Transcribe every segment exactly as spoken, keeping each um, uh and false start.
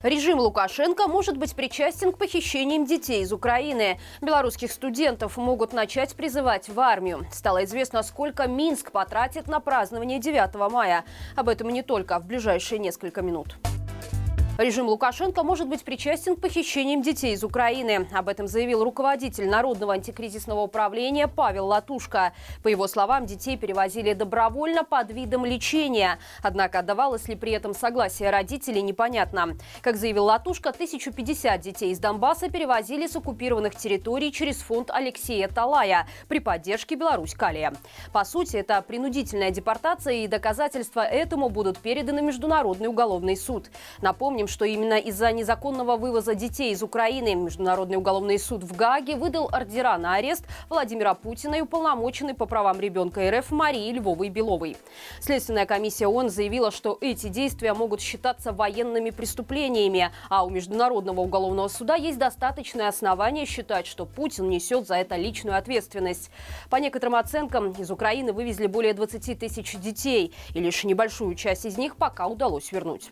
Режим Лукашенко может быть причастен к похищениям детей из Украины. Белорусских студентов могут начать призывать в армию. Стало известно, сколько Минск потратит на празднование девятого мая. Об этом и не только в ближайшие несколько минут. Режим Лукашенко может быть причастен к похищениям детей из Украины. Об этом заявил руководитель Народного антикризисного управления Павел Латушко. По его словам, детей перевозили добровольно под видом лечения. Однако отдавалось ли при этом согласие родителей, непонятно. Как заявил Латушко, тысячу пятьдесят детей из Донбасса перевозили с оккупированных территорий через фонд Алексея Талая при поддержке Беларусь-Калия. По сути, это принудительная депортация, и доказательства этому будут переданы в Международный уголовный суд. Напомним, что именно из-за незаконного вывоза детей из Украины Международный уголовный суд в Гааге выдал ордера на арест Владимира Путина и уполномоченной по правам ребенка РФ Марии Львовой-Беловой. Следственная комиссия ООН заявила, что эти действия могут считаться военными преступлениями, а у Международного уголовного суда есть достаточное основание считать, что Путин несет за это личную ответственность. По некоторым оценкам, из Украины вывезли более двадцати тысяч детей, и лишь небольшую часть из них пока удалось вернуть.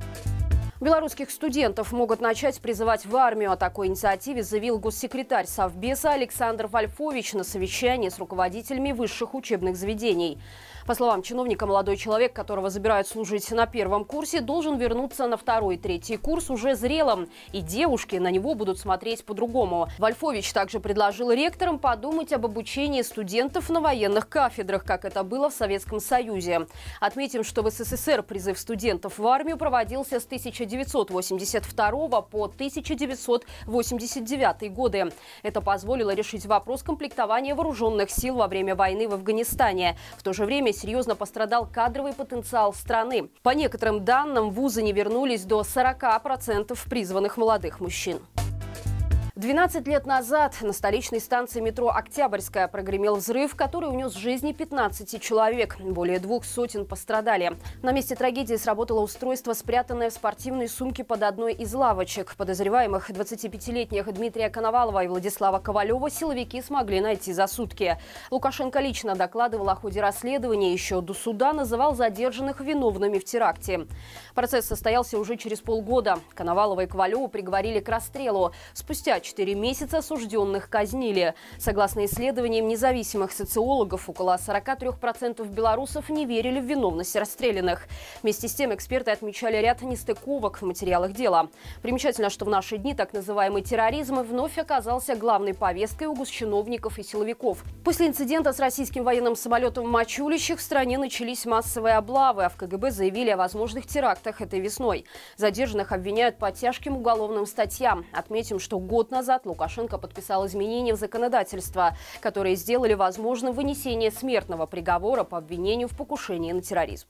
Белорусских студентов могут начать призывать в армию. О такой инициативе заявил госсекретарь Совбеза Александр Вольфович на совещании с руководителями высших учебных заведений. По словам чиновника, молодой человек, которого забирают служить на первом курсе, должен вернуться на второй и третий курс уже зрелым. И девушки на него будут смотреть по-другому. Вольфович также предложил ректорам подумать об обучении студентов на военных кафедрах, как это было в Советском Союзе. Отметим, что в СССР призыв студентов в армию проводился с тысяча девятьсот восемьдесят второго по тысяча девятьсот восемьдесят девятый годы. Это позволило решить вопрос комплектования вооруженных сил во время войны в Афганистане. В то же время серьезно пострадал кадровый потенциал страны. По некоторым данным, в вузы не вернулись до сорока процентов призванных молодых мужчин. двенадцать лет назад на столичной станции метро «Октябрьская» прогремел взрыв, который унес жизни пятнадцати человек. Более двух сотен пострадали. На месте трагедии сработало устройство, спрятанное в спортивной сумке под одной из лавочек. Подозреваемых двадцатипятилетних Дмитрия Коновалова и Владислава Ковалева силовики смогли найти за сутки. Лукашенко лично докладывал о ходе расследования. Еще до суда называл задержанных виновными в теракте. Процесс состоялся уже через полгода. Коновалова и Ковалеву приговорили к расстрелу. Спустя Четыре месяца осужденных казнили. Согласно исследованиям независимых социологов, около сорока трёх процентов белорусов не верили в виновность расстрелянных. Вместе с тем эксперты отмечали ряд нестыковок в материалах дела. Примечательно, что в наши дни так называемый терроризм вновь оказался главной повесткой у госчиновников и силовиков. После инцидента с российским военным самолетом в Мачулищах в стране начались массовые облавы, а в КГБ заявили о возможных терактах этой весной. Задержанных обвиняют по тяжким уголовным статьям. Отметим, что год назад Лукашенко подписал изменения в законодательство, которые сделали возможным вынесение смертного приговора по обвинению в покушении на терроризм.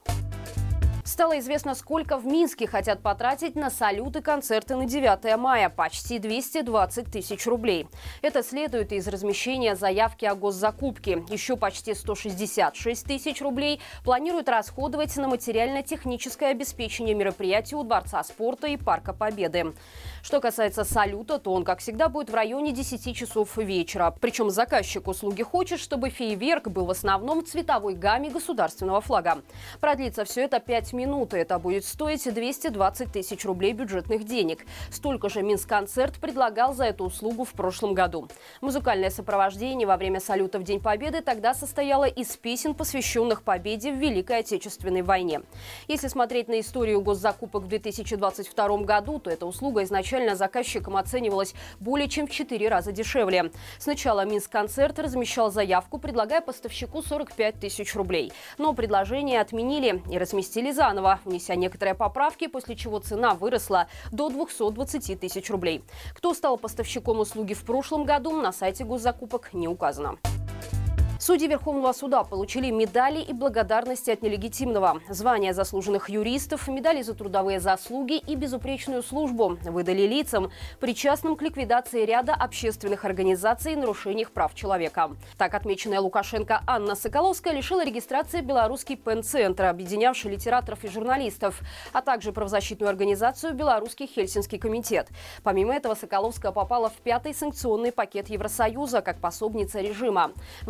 Стало известно, сколько в Минске хотят потратить на салют и концерты на девятое мая. Почти двести двадцать тысяч рублей. Это следует из размещения заявки о госзакупке. Еще почти сто шестьдесят шесть тысяч рублей планируют расходовать на материально-техническое обеспечение мероприятий у Дворца спорта и Парка Победы. Что касается салюта, то он, как всегда, будет в районе десяти часов вечера. Причем заказчик услуги хочет, чтобы фейерверк был в основном в цветовой гамме государственного флага. Продлится все это пять минут, и это будет стоить двести двадцать тысяч рублей бюджетных денег. Столько же Минсконцерт предлагал за эту услугу в прошлом году. Музыкальное сопровождение во время салюта в День Победы тогда состояло из песен, посвященных победе в Великой Отечественной войне. Если смотреть на историю госзакупок в две тысячи двадцать втором году, то эта услуга изначально заказчиком оценивалась более чем в четыре раза дешевле. Сначала Минсконцерт размещал заявку, предлагая поставщику сорок пять тысяч рублей. Но предложение отменили и разместили заново, внеся некоторые поправки, после чего цена выросла до двухсот двадцати тысяч рублей. Кто стал поставщиком услуги в прошлом году, на сайте госзакупок не указано. Судьи Верховного суда получили медали и благодарности от нелегитимного. Звания заслуженных юристов, медали за трудовые заслуги и безупречную службу выдали лицам, причастным к ликвидации ряда общественных организаций и нарушениях прав человека. Так, отмеченная Лукашенко Анна Соколовская лишила регистрации белорусский пен-центр, объединявший литераторов и журналистов, а также правозащитную организацию «Белорусский Хельсинский комитет». Помимо этого, Соколовская попала в пятый санкционный пакет Евросоюза как пособница режима. В этом же списке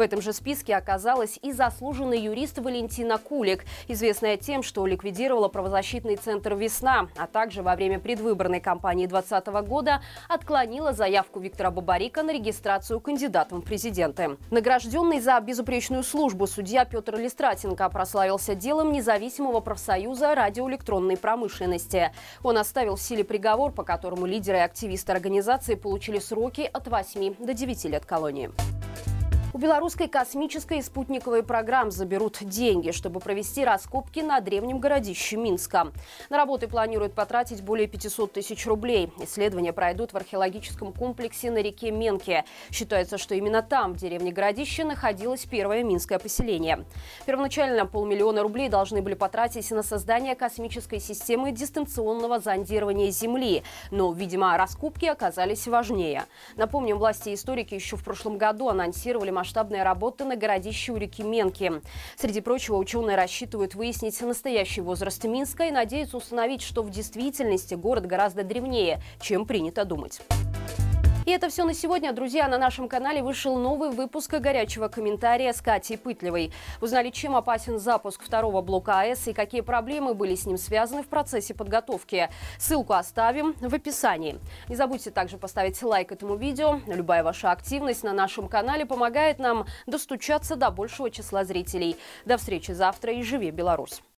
списке оказалась и заслуженный юрист Валентина Кулик, известная тем, что ликвидировала правозащитный центр «Весна», а также во время предвыборной кампании двадцатого года отклонила заявку Виктора Бабарика на регистрацию кандидатом в президенты. Награжденный за безупречную службу судья Петр Листратенко прославился делом независимого профсоюза радиоэлектронной промышленности. Он оставил в силе приговор, по которому лидеры и активисты организации получили сроки от восьми до девяти лет колонии. У белорусской космической и спутниковой программ заберут деньги, чтобы провести раскопки на древнем городище Минска. На работы планируют потратить более пятисот тысяч рублей. Исследования пройдут в археологическом комплексе на реке Менке. Считается, что именно там, в деревне Городище, находилось первое минское поселение. Первоначально полмиллиона рублей должны были потратить на создание космической системы дистанционного зондирования Земли. Но, видимо, раскопки оказались важнее. Напомним, власти и историки еще в прошлом году анонсировали масштабные масштабные работы на городище у реки Менки. Среди прочего, ученые рассчитывают выяснить настоящий возраст Минска и надеются установить, что в действительности город гораздо древнее, чем принято думать. И это все на сегодня. Друзья, на нашем канале вышел новый выпуск горячего комментария с Катей Пытливой. Узнали, чем опасен запуск второго блока АЭС и какие проблемы были с ним связаны в процессе подготовки. Ссылку оставим в описании. Не забудьте также поставить лайк этому видео. Любая ваша активность на нашем канале помогает нам достучаться до большего числа зрителей. До встречи завтра и живи Беларусь!